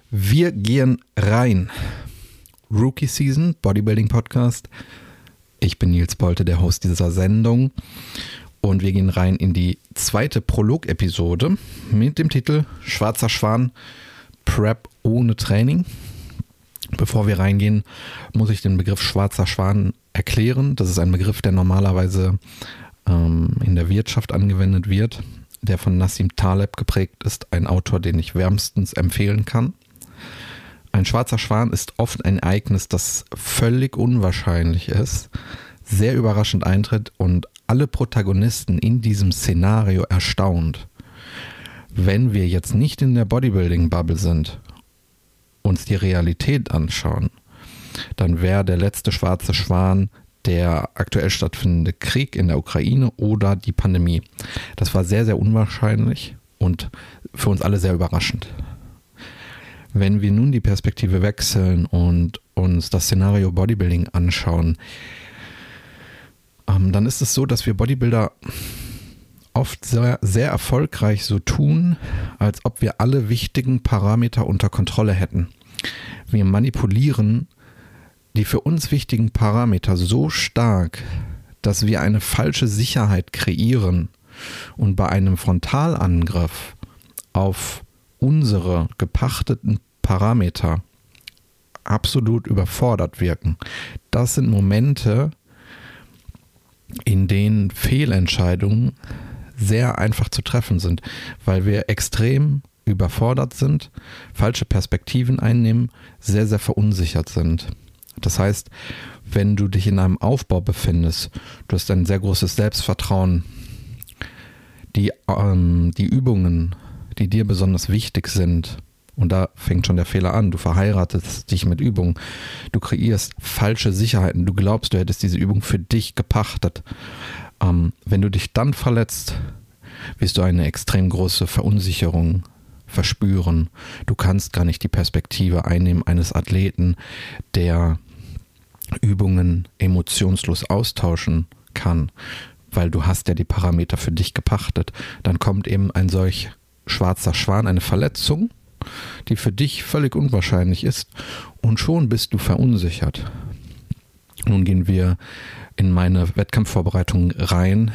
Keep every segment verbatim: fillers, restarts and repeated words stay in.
Wir gehen rein. Rookie Season, Bodybuilding Podcast. Ich bin Nils Bolte, der Host dieser Sendung. Und wir gehen rein in die zweite Prolog-Episode mit dem Titel Schwarzer Schwan, Prep ohne Training. Bevor wir reingehen, muss ich den Begriff Schwarzer Schwan erklären. Das ist ein Begriff, der normalerweise ähm, in der Wirtschaft angewendet wird, der von Nassim Taleb geprägt ist, ein Autor, den ich wärmstens empfehlen kann. Ein schwarzer Schwan ist oft ein Ereignis, das völlig unwahrscheinlich ist, sehr überraschend eintritt und alle Protagonisten in diesem Szenario erstaunt. Wenn wir jetzt nicht in der Bodybuilding-Bubble sind, uns die Realität anschauen, dann wäre der letzte schwarze Schwan der aktuell stattfindende Krieg in der Ukraine oder die Pandemie. Das war sehr, sehr unwahrscheinlich und für uns alle sehr überraschend. Wenn wir nun die Perspektive wechseln und uns das Szenario Bodybuilding anschauen, ähm, dann ist es so, dass wir Bodybuilder oft sehr, sehr erfolgreich so tun, als ob wir alle wichtigen Parameter unter Kontrolle hätten. Wir manipulieren die für uns wichtigen Parameter so stark, dass wir eine falsche Sicherheit kreieren und bei einem Frontalangriff auf unsere gepachteten Parameter absolut überfordert wirken. Das sind Momente, in denen Fehlentscheidungen sehr einfach zu treffen sind, weil wir extrem überfordert sind, falsche Perspektiven einnehmen, sehr, sehr verunsichert sind. Das heißt, wenn du dich in einem Aufbau befindest, du hast ein sehr großes Selbstvertrauen, die, ähm, die Übungen, die dir besonders wichtig sind, und da fängt schon der Fehler an, du verheiratest dich mit Übungen, du kreierst falsche Sicherheiten, du glaubst, du hättest diese Übung für dich gepachtet. Ähm, wenn du dich dann verletzt, wirst du eine extrem große Verunsicherung verspüren. Du kannst gar nicht die Perspektive einnehmen eines Athleten, der Übungen emotionslos austauschen kann, weil du hast ja die Parameter für dich gepachtet. Dann kommt eben ein solch schwarzer Schwan, eine Verletzung, die für dich völlig unwahrscheinlich ist, und schon bist du verunsichert. Nun gehen wir in meine Wettkampfvorbereitung rein.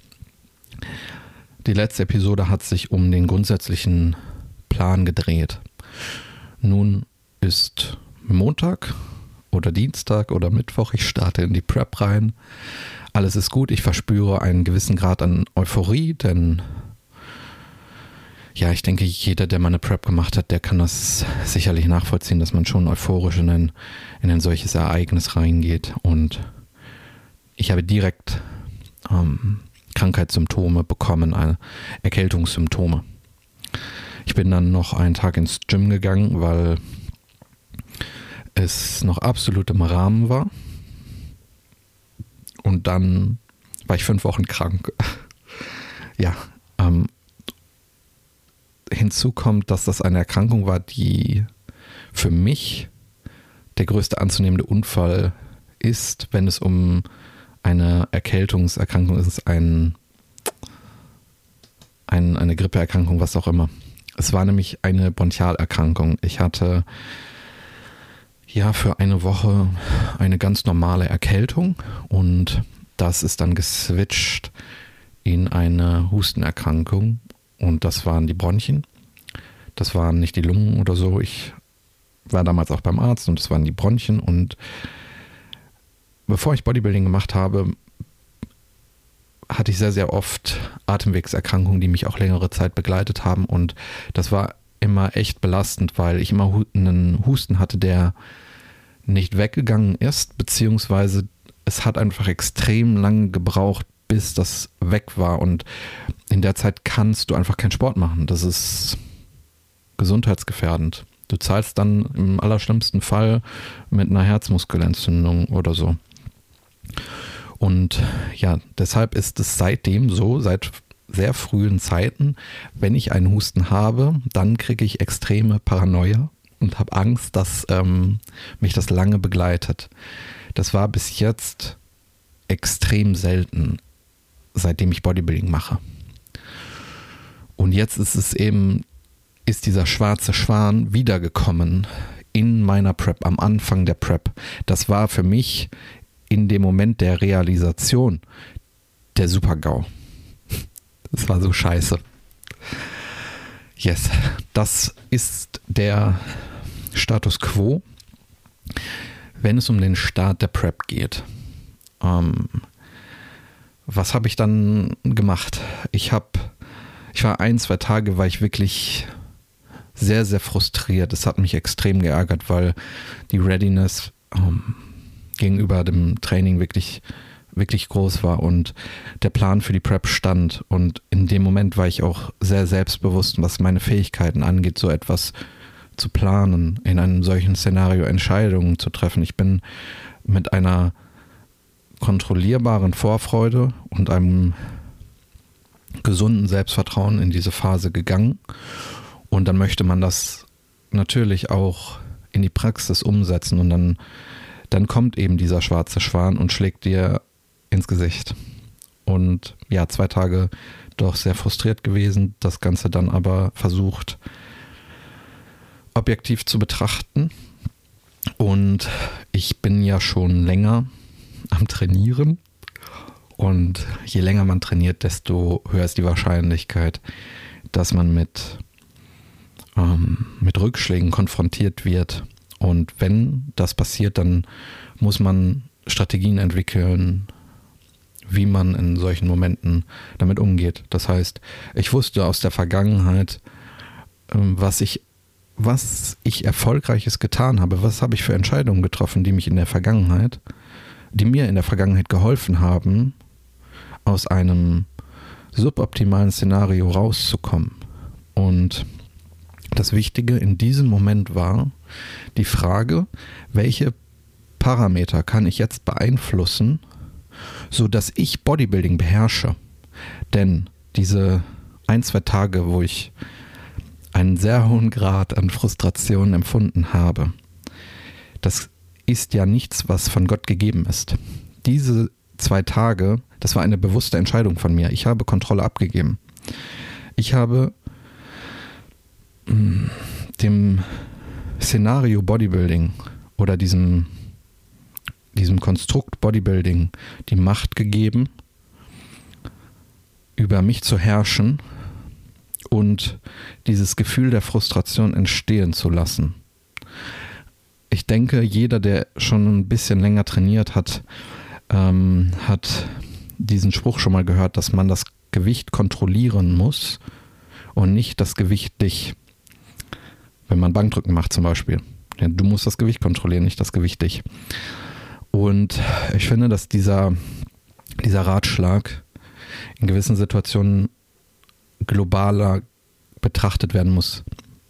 Die letzte Episode hat sich um den grundsätzlichen Plan gedreht. Nun ist Montag oder Dienstag oder Mittwoch, ich starte in die Prep rein. Alles ist gut, ich verspüre einen gewissen Grad an Euphorie, denn ja, ich denke, jeder, der mal eine Prep gemacht hat, der kann das sicherlich nachvollziehen, dass man schon euphorisch in ein, in ein solches Ereignis reingeht. Und ich habe direkt ähm, Krankheitssymptome bekommen, eine Erkältungssymptome. Ich bin dann noch einen Tag ins Gym gegangen, weil es noch absolut im Rahmen war. Und dann war ich fünf Wochen krank. ja, ähm, hinzu kommt, dass das eine Erkrankung war, die für mich der größte anzunehmende Unfall ist, wenn es um eine Erkältungserkrankung ist, ein, ein, eine Grippeerkrankung, was auch immer. Es war nämlich eine Bronchialerkrankung. Ich hatte ja für eine Woche eine ganz normale Erkältung und das ist dann geswitcht in eine Hustenerkrankung. Und das waren die Bronchien. Das waren nicht die Lungen oder so. Ich war damals auch beim Arzt und das waren die Bronchien. Und bevor ich Bodybuilding gemacht habe, hatte ich sehr, sehr oft Atemwegserkrankungen, die mich auch längere Zeit begleitet haben. Und das war immer echt belastend, weil ich immer einen Husten hatte, der nicht weggegangen ist, beziehungsweise es hat einfach extrem lange gebraucht, bis das weg war, und in der Zeit kannst du einfach keinen Sport machen. Das ist gesundheitsgefährdend. Du zahlst dann im allerschlimmsten Fall mit einer Herzmuskelentzündung oder so. Und ja, deshalb ist es seitdem so, seit sehr frühen Zeiten, wenn ich einen Husten habe, dann kriege ich extreme Paranoia und habe Angst, dass ähm, mich das lange begleitet. Das war bis jetzt extrem selten, seitdem ich Bodybuilding mache. Und jetzt ist es eben ist dieser schwarze Schwan wiedergekommen in meiner Prep, am Anfang der Prep. Das war für mich in dem Moment der Realisation der Super-GAU. Das war so scheiße. Yes, das ist der Status Quo, wenn es um den Start der Prep geht. Ähm, was habe ich dann gemacht? Ich habe, ich war ein, zwei Tage, war ich wirklich sehr, sehr frustriert. Es hat mich extrem geärgert, weil die Readiness ähm, gegenüber dem Training wirklich, wirklich groß war und der Plan für die Prep stand. Und in dem Moment war ich auch sehr selbstbewusst, was meine Fähigkeiten angeht, so etwas zu planen, in einem solchen Szenario Entscheidungen zu treffen. Ich bin mit einer kontrollierbaren Vorfreude und einem gesunden Selbstvertrauen in diese Phase gegangen. Und dann möchte man das natürlich auch in die Praxis umsetzen und dann, dann kommt eben dieser schwarze Schwan und schlägt dir ins Gesicht. Und ja, zwei Tage doch sehr frustriert gewesen, das Ganze dann aber versucht objektiv zu betrachten. Und ich bin ja schon länger am Trainieren und je länger man trainiert, desto höher ist die Wahrscheinlichkeit, dass man mit mit Rückschlägen konfrontiert wird. Und wenn das passiert, dann muss man Strategien entwickeln, wie man in solchen Momenten damit umgeht. Das heißt, ich wusste aus der Vergangenheit, was ich, was ich Erfolgreiches getan habe, was habe ich für Entscheidungen getroffen, die mich in der Vergangenheit, die mir in der Vergangenheit geholfen haben, aus einem suboptimalen Szenario rauszukommen. Und das Wichtige in diesem Moment war die Frage, welche Parameter kann ich jetzt beeinflussen, sodass ich Bodybuilding beherrsche. Denn diese ein, zwei Tage, wo ich einen sehr hohen Grad an Frustration empfunden habe, das ist ja nichts, was von Gott gegeben ist. Diese zwei Tage, das war eine bewusste Entscheidung von mir. Ich habe Kontrolle abgegeben. Ich habe dem Szenario Bodybuilding oder diesem, diesem Konstrukt Bodybuilding die Macht gegeben, über mich zu herrschen und dieses Gefühl der Frustration entstehen zu lassen. Ich denke, jeder, der schon ein bisschen länger trainiert hat, ähm, hat diesen Spruch schon mal gehört, dass man das Gewicht kontrollieren muss und nicht das Gewicht dich. Wenn man Bankdrücken macht zum Beispiel. Ja, du musst das Gewicht kontrollieren, nicht das Gewicht dich. Und ich finde, dass dieser, dieser Ratschlag in gewissen Situationen globaler betrachtet werden muss.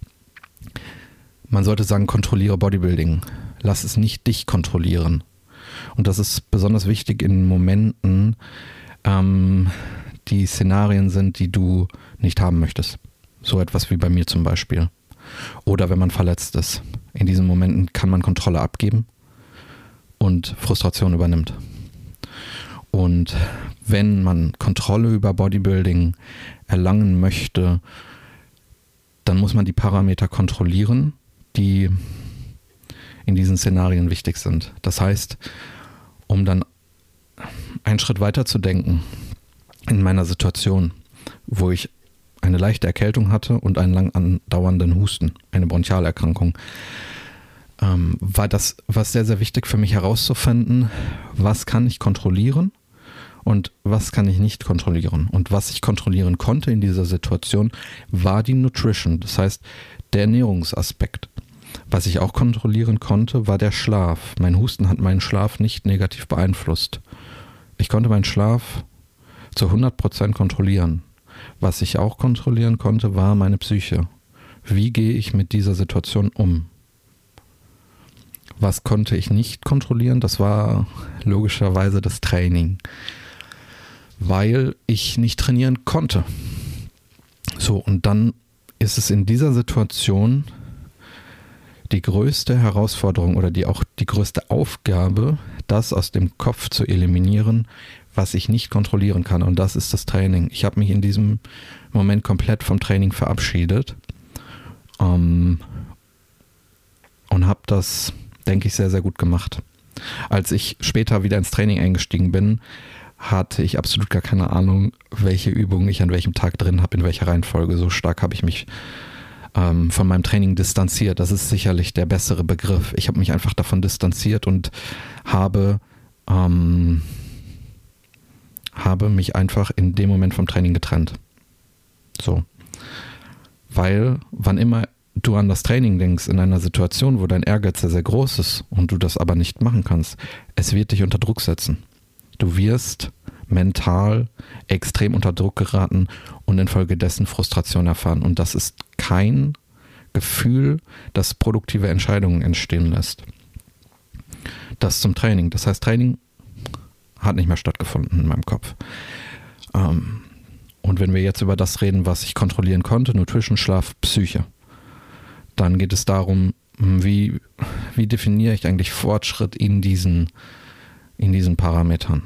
Man sollte sagen, kontrolliere Bodybuilding. Lass es nicht dich kontrollieren. Und das ist besonders wichtig in Momenten, ähm, die Szenarien sind, die du nicht haben möchtest. So etwas wie bei mir zum Beispiel. Oder wenn man verletzt ist. In diesen Momenten kann man Kontrolle abgeben und Frustration übernimmt. Und wenn man Kontrolle über Bodybuilding erlangen möchte, dann muss man die Parameter kontrollieren, die in diesen Szenarien wichtig sind. Das heißt, um dann einen Schritt weiter zu denken, in meiner Situation, wo ich eine leichte Erkältung hatte und einen lang andauernden Husten, eine Bronchialerkrankung, ähm, war das was sehr, sehr wichtig für mich herauszufinden, was kann ich kontrollieren und was kann ich nicht kontrollieren. Und was ich kontrollieren konnte in dieser Situation, war die Nutrition, das heißt der Ernährungsaspekt. Was ich auch kontrollieren konnte, war der Schlaf. Mein Husten hat meinen Schlaf nicht negativ beeinflusst. Ich konnte meinen Schlaf zu hundert Prozent kontrollieren. Was ich auch kontrollieren konnte, war meine Psyche. Wie gehe ich mit dieser Situation um? Was konnte ich nicht kontrollieren? Das war logischerweise das Training, weil ich nicht trainieren konnte. So, und dann ist es in dieser Situation die größte Herausforderung oder die auch die größte Aufgabe, das aus dem Kopf zu eliminieren, was ich nicht kontrollieren kann. Und das ist das Training. Ich habe mich in diesem Moment komplett vom Training verabschiedet Ähm, und habe das, denke ich, sehr, sehr gut gemacht. Als ich später wieder ins Training eingestiegen bin, hatte ich absolut gar keine Ahnung, welche Übungen ich an welchem Tag drin habe, in welcher Reihenfolge. So stark habe ich mich ähm, von meinem Training distanziert. Das ist sicherlich der bessere Begriff. Ich habe mich einfach davon distanziert und habe, ähm, habe mich einfach in dem Moment vom Training getrennt. So. Weil, wann immer du an das Training denkst, in einer Situation, wo dein Ehrgeiz sehr, sehr groß ist und du das aber nicht machen kannst, es wird dich unter Druck setzen. Du wirst mental extrem unter Druck geraten und infolgedessen Frustration erfahren. Und das ist kein Gefühl, das produktive Entscheidungen entstehen lässt. Das zum Training. Das heißt, Training hat nicht mehr stattgefunden in meinem Kopf. Ähm, und wenn wir jetzt über das reden, was ich kontrollieren konnte, Nutrition, Schlaf, Psyche, dann geht es darum, wie, wie definiere ich eigentlich Fortschritt in diesen, in diesen Parametern.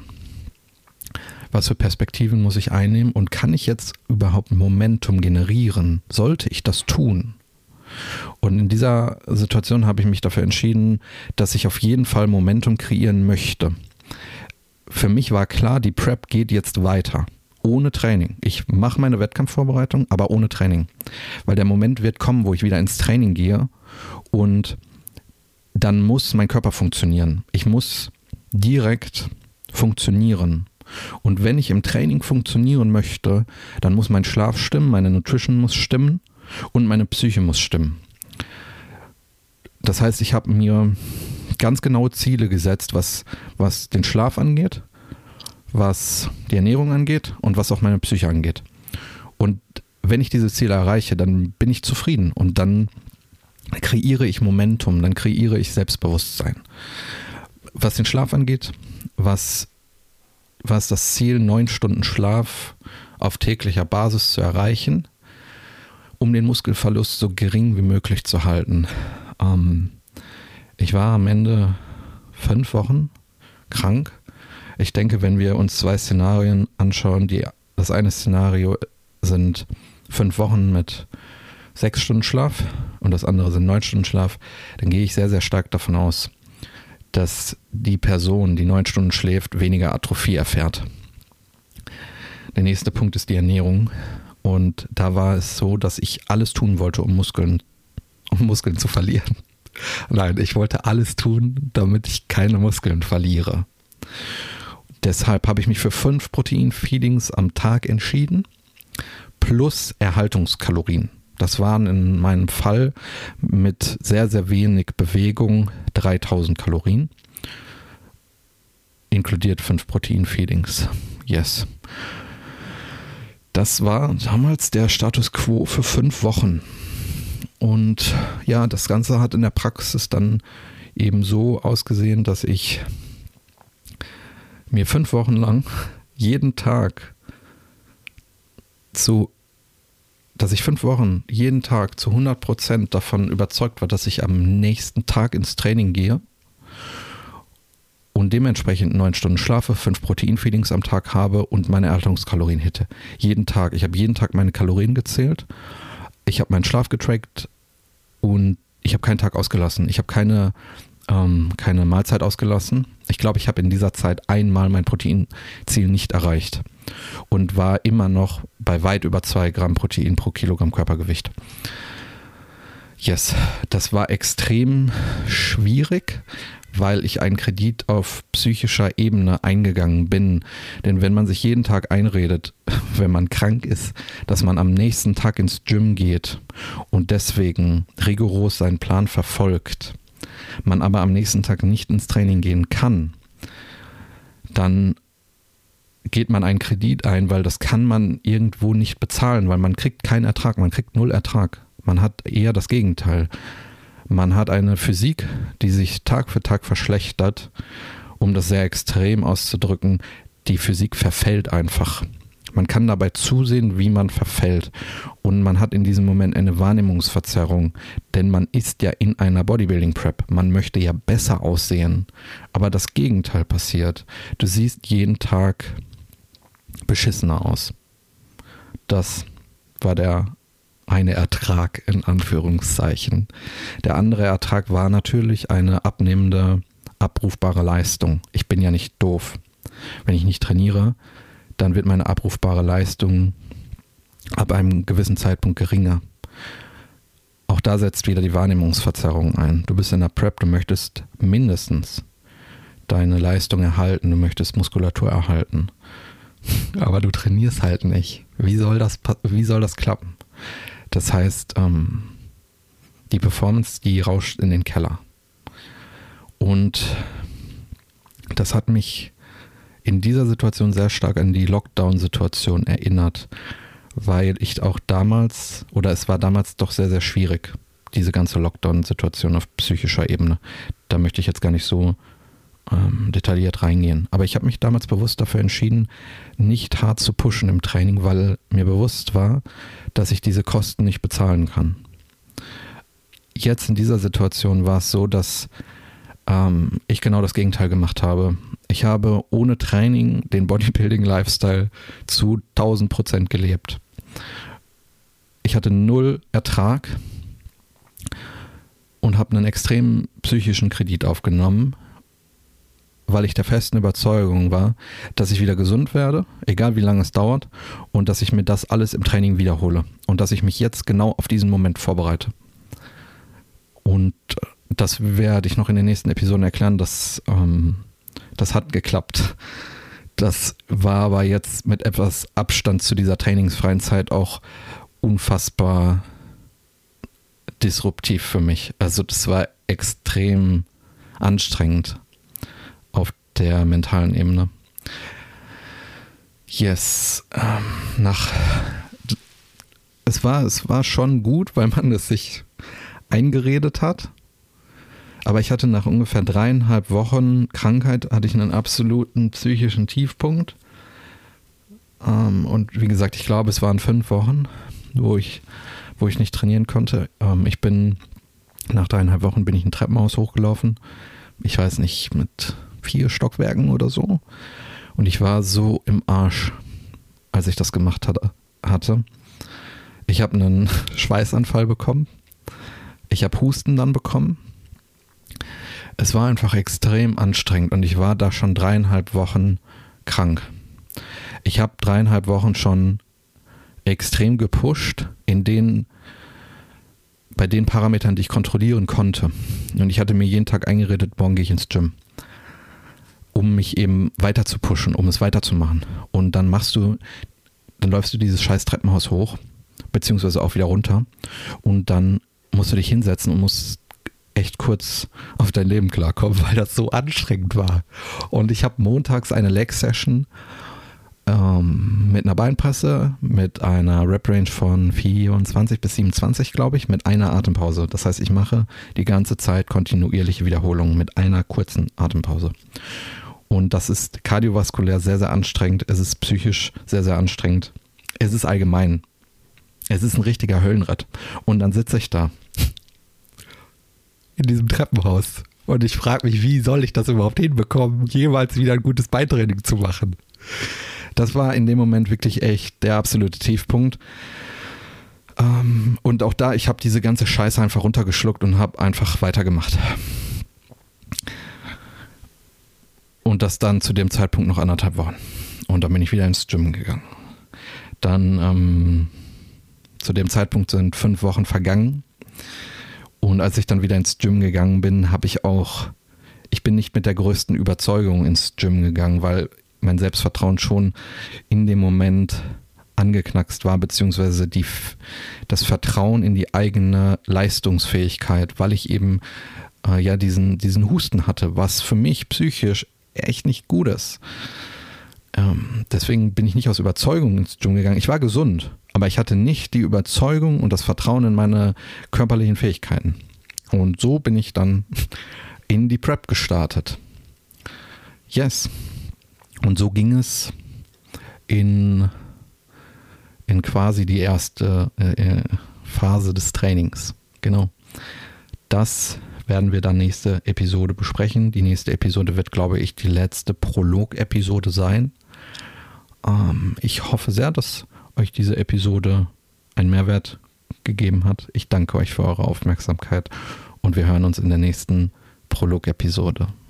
Was für Perspektiven muss ich einnehmen und kann ich jetzt überhaupt Momentum generieren? Sollte ich das tun? Und in dieser Situation habe ich mich dafür entschieden, dass ich auf jeden Fall Momentum kreieren möchte. Für mich war klar, die Prep geht jetzt weiter. Ohne Training. Ich mache meine Wettkampfvorbereitung, aber ohne Training. Weil der Moment wird kommen, wo ich wieder ins Training gehe und dann muss mein Körper funktionieren. Ich muss direkt funktionieren. Und wenn ich im Training funktionieren möchte, dann muss mein Schlaf stimmen, meine Nutrition muss stimmen und meine Psyche muss stimmen. Das heißt, ich habe mir ganz genaue Ziele gesetzt, was, was den Schlaf angeht, was die Ernährung angeht und was auch meine Psyche angeht. Und wenn ich diese Ziele erreiche, dann bin ich zufrieden und dann kreiere ich Momentum, dann kreiere ich Selbstbewusstsein. Was den Schlaf angeht, was, was das Ziel, neun Stunden Schlaf auf täglicher Basis zu erreichen, um den Muskelverlust so gering wie möglich zu halten. Ähm, ich war am Ende fünf Wochen krank. Ich denke, wenn wir uns zwei Szenarien anschauen, die, das eine Szenario sind fünf Wochen mit sechs Stunden Schlaf und das andere sind neun Stunden Schlaf, dann gehe ich sehr, sehr stark davon aus, dass die Person, die neun Stunden schläft, weniger Atrophie erfährt. Der nächste Punkt ist die Ernährung und da war es so, dass ich alles tun wollte, um Muskeln, um Muskeln zu verlieren. Nein, ich wollte alles tun, damit ich keine Muskeln verliere. Deshalb habe ich mich für fünf Protein-Feedings am Tag entschieden, plus Erhaltungskalorien. Das waren in meinem Fall mit sehr, sehr wenig Bewegung dreitausend Kalorien, inkludiert fünf Protein-Feedings. Yes. Das war damals der Status quo für fünf Wochen. Und ja, das Ganze hat in der Praxis dann eben so ausgesehen, dass ich mir fünf Wochen lang jeden Tag zu, dass ich fünf Wochen jeden Tag zu hundert Prozent davon überzeugt war, dass ich am nächsten Tag ins Training gehe und dementsprechend neun Stunden schlafe, fünf Protein-Feedings am Tag habe und meine Erhaltungskalorien hitte. Jeden Tag. Ich habe jeden Tag meine Kalorien gezählt. Ich habe meinen Schlaf getrackt und ich habe keinen Tag ausgelassen. Ich habe keine keine Mahlzeit ausgelassen. Ich glaube, ich habe in dieser Zeit einmal mein Proteinziel nicht erreicht und war immer noch bei weit über zwei Gramm Protein pro Kilogramm Körpergewicht. Yes, das war extrem schwierig, weil ich einen Kredit auf psychischer Ebene eingegangen bin. Denn wenn man sich jeden Tag einredet, wenn man krank ist, dass man am nächsten Tag ins Gym geht und deswegen rigoros seinen Plan verfolgt, man aber am nächsten Tag nicht ins Training gehen kann, dann geht man einen Kredit ein, weil das kann man irgendwo nicht bezahlen, weil man kriegt keinen Ertrag, man kriegt null Ertrag. Man hat eher das Gegenteil. Man hat eine Physik, die sich Tag für Tag verschlechtert, um das sehr extrem auszudrücken. Die Physik verfällt einfach. Man kann dabei zusehen, wie man verfällt. Und man hat in diesem Moment eine Wahrnehmungsverzerrung, denn man ist ja in einer Bodybuilding-Prep. Man möchte ja besser aussehen. Aber das Gegenteil passiert. Du siehst jeden Tag beschissener aus. Das war der eine Ertrag in Anführungszeichen. Der andere Ertrag war natürlich eine abnehmende, abrufbare Leistung. Ich bin ja nicht doof. Wenn ich nicht trainiere, dann wird meine abrufbare Leistung ab einem gewissen Zeitpunkt geringer. Auch da setzt wieder die Wahrnehmungsverzerrung ein. Du bist in der Prep, du möchtest mindestens deine Leistung erhalten, du möchtest Muskulatur erhalten. Aber du trainierst halt nicht. Wie soll das, wie soll das klappen? Das heißt, ähm, die Performance, die rauscht in den Keller. Und das hat mich in dieser Situation sehr stark an die Lockdown-Situation erinnert, weil ich auch damals, oder es war damals doch sehr, sehr schwierig, diese ganze Lockdown-Situation auf psychischer Ebene. Da möchte ich jetzt gar nicht so ähm, detailliert reingehen. Aber ich habe mich damals bewusst dafür entschieden, nicht hart zu pushen im Training, weil mir bewusst war, dass ich diese Kosten nicht bezahlen kann. Jetzt in dieser Situation war es so, dass ähm, ich genau das Gegenteil gemacht habe. Ich habe ohne Training den Bodybuilding-Lifestyle zu tausend Prozent gelebt. Ich hatte null Ertrag und habe einen extremen psychischen Kredit aufgenommen, weil ich der festen Überzeugung war, dass ich wieder gesund werde, egal wie lange es dauert, und dass ich mir das alles im Training wiederhole und dass ich mich jetzt genau auf diesen Moment vorbereite. Und das werde ich noch in den nächsten Episoden erklären, dass ähm, das hat geklappt. Das war aber jetzt mit etwas Abstand zu dieser trainingsfreien Zeit auch unfassbar disruptiv für mich. Also das war extrem anstrengend auf der mentalen Ebene. Yes. Ähm, nach es war, es war schon gut, weil man es sich eingeredet hat. Aber ich hatte nach ungefähr dreieinhalb Wochen Krankheit, hatte ich einen absoluten psychischen Tiefpunkt. Ähm, und wie gesagt, ich glaube, es waren fünf Wochen, wo ich, wo ich nicht trainieren konnte. Ähm, ich bin, nach dreieinhalb Wochen bin ich ein Treppenhaus hochgelaufen. Ich weiß nicht, mit vier Stockwerken oder so. Und ich war so im Arsch, als ich das gemacht hatte. Ich habe einen Schweißanfall bekommen. Ich habe Husten dann bekommen. Es war einfach extrem anstrengend und ich war da schon dreieinhalb Wochen krank. Ich habe dreieinhalb Wochen schon extrem gepusht in den, bei den Parametern, die ich kontrollieren konnte. Und ich hatte mir jeden Tag eingeredet, morgen gehe ich ins Gym, um mich eben weiter zu pushen, um es weiterzumachen. Und dann machst du, dann läufst du dieses scheiß Treppenhaus hoch, beziehungsweise auch wieder runter, und dann musst du dich hinsetzen und musst echt kurz auf dein Leben klarkommen, weil das so anstrengend war. Und ich habe montags eine Leg-Session ähm, mit einer Beinpresse, mit einer Rep-Range von vierundzwanzig bis siebenundzwanzig, glaube ich, mit einer Atempause. Das heißt, ich mache die ganze Zeit kontinuierliche Wiederholungen mit einer kurzen Atempause. Und das ist kardiovaskulär sehr, sehr anstrengend. Es ist psychisch sehr, sehr anstrengend. Es ist allgemein. Es ist ein richtiger Höllenritt. Und dann sitze ich da in diesem Treppenhaus und ich frage mich, wie soll ich das überhaupt hinbekommen, jemals wieder ein gutes Beintraining zu machen. Das war in dem Moment wirklich echt der absolute Tiefpunkt. Ähm, und auch da, ich habe diese ganze Scheiße einfach runtergeschluckt und habe einfach weitergemacht. Und das dann zu dem Zeitpunkt noch anderthalb Wochen. Und dann bin ich wieder ins Gym gegangen. Dann ähm, zu dem Zeitpunkt sind fünf Wochen vergangen. Und als ich dann wieder ins Gym gegangen bin, habe ich auch, ich bin nicht mit der größten Überzeugung ins Gym gegangen, weil mein Selbstvertrauen schon in dem Moment angeknackst war, beziehungsweise die, das Vertrauen in die eigene Leistungsfähigkeit, weil ich eben äh, ja diesen, diesen Husten hatte, was für mich psychisch echt nicht gut ist. Ähm, deswegen bin ich nicht aus Überzeugung ins Gym gegangen. Ich war gesund, aber ich hatte nicht die Überzeugung und das Vertrauen in meine körperlichen Fähigkeiten. Und so bin ich dann in die Prep gestartet. Yes. Und so ging es in, in quasi die erste äh, Phase des Trainings. Genau. Das werden wir dann nächste Episode besprechen. Die nächste Episode wird, glaube ich, die letzte Prolog-Episode sein. Ähm, ich hoffe sehr, dass euch diese Episode einen Mehrwert gegeben hat. Ich danke euch für eure Aufmerksamkeit und wir hören uns in der nächsten Prolog-Episode.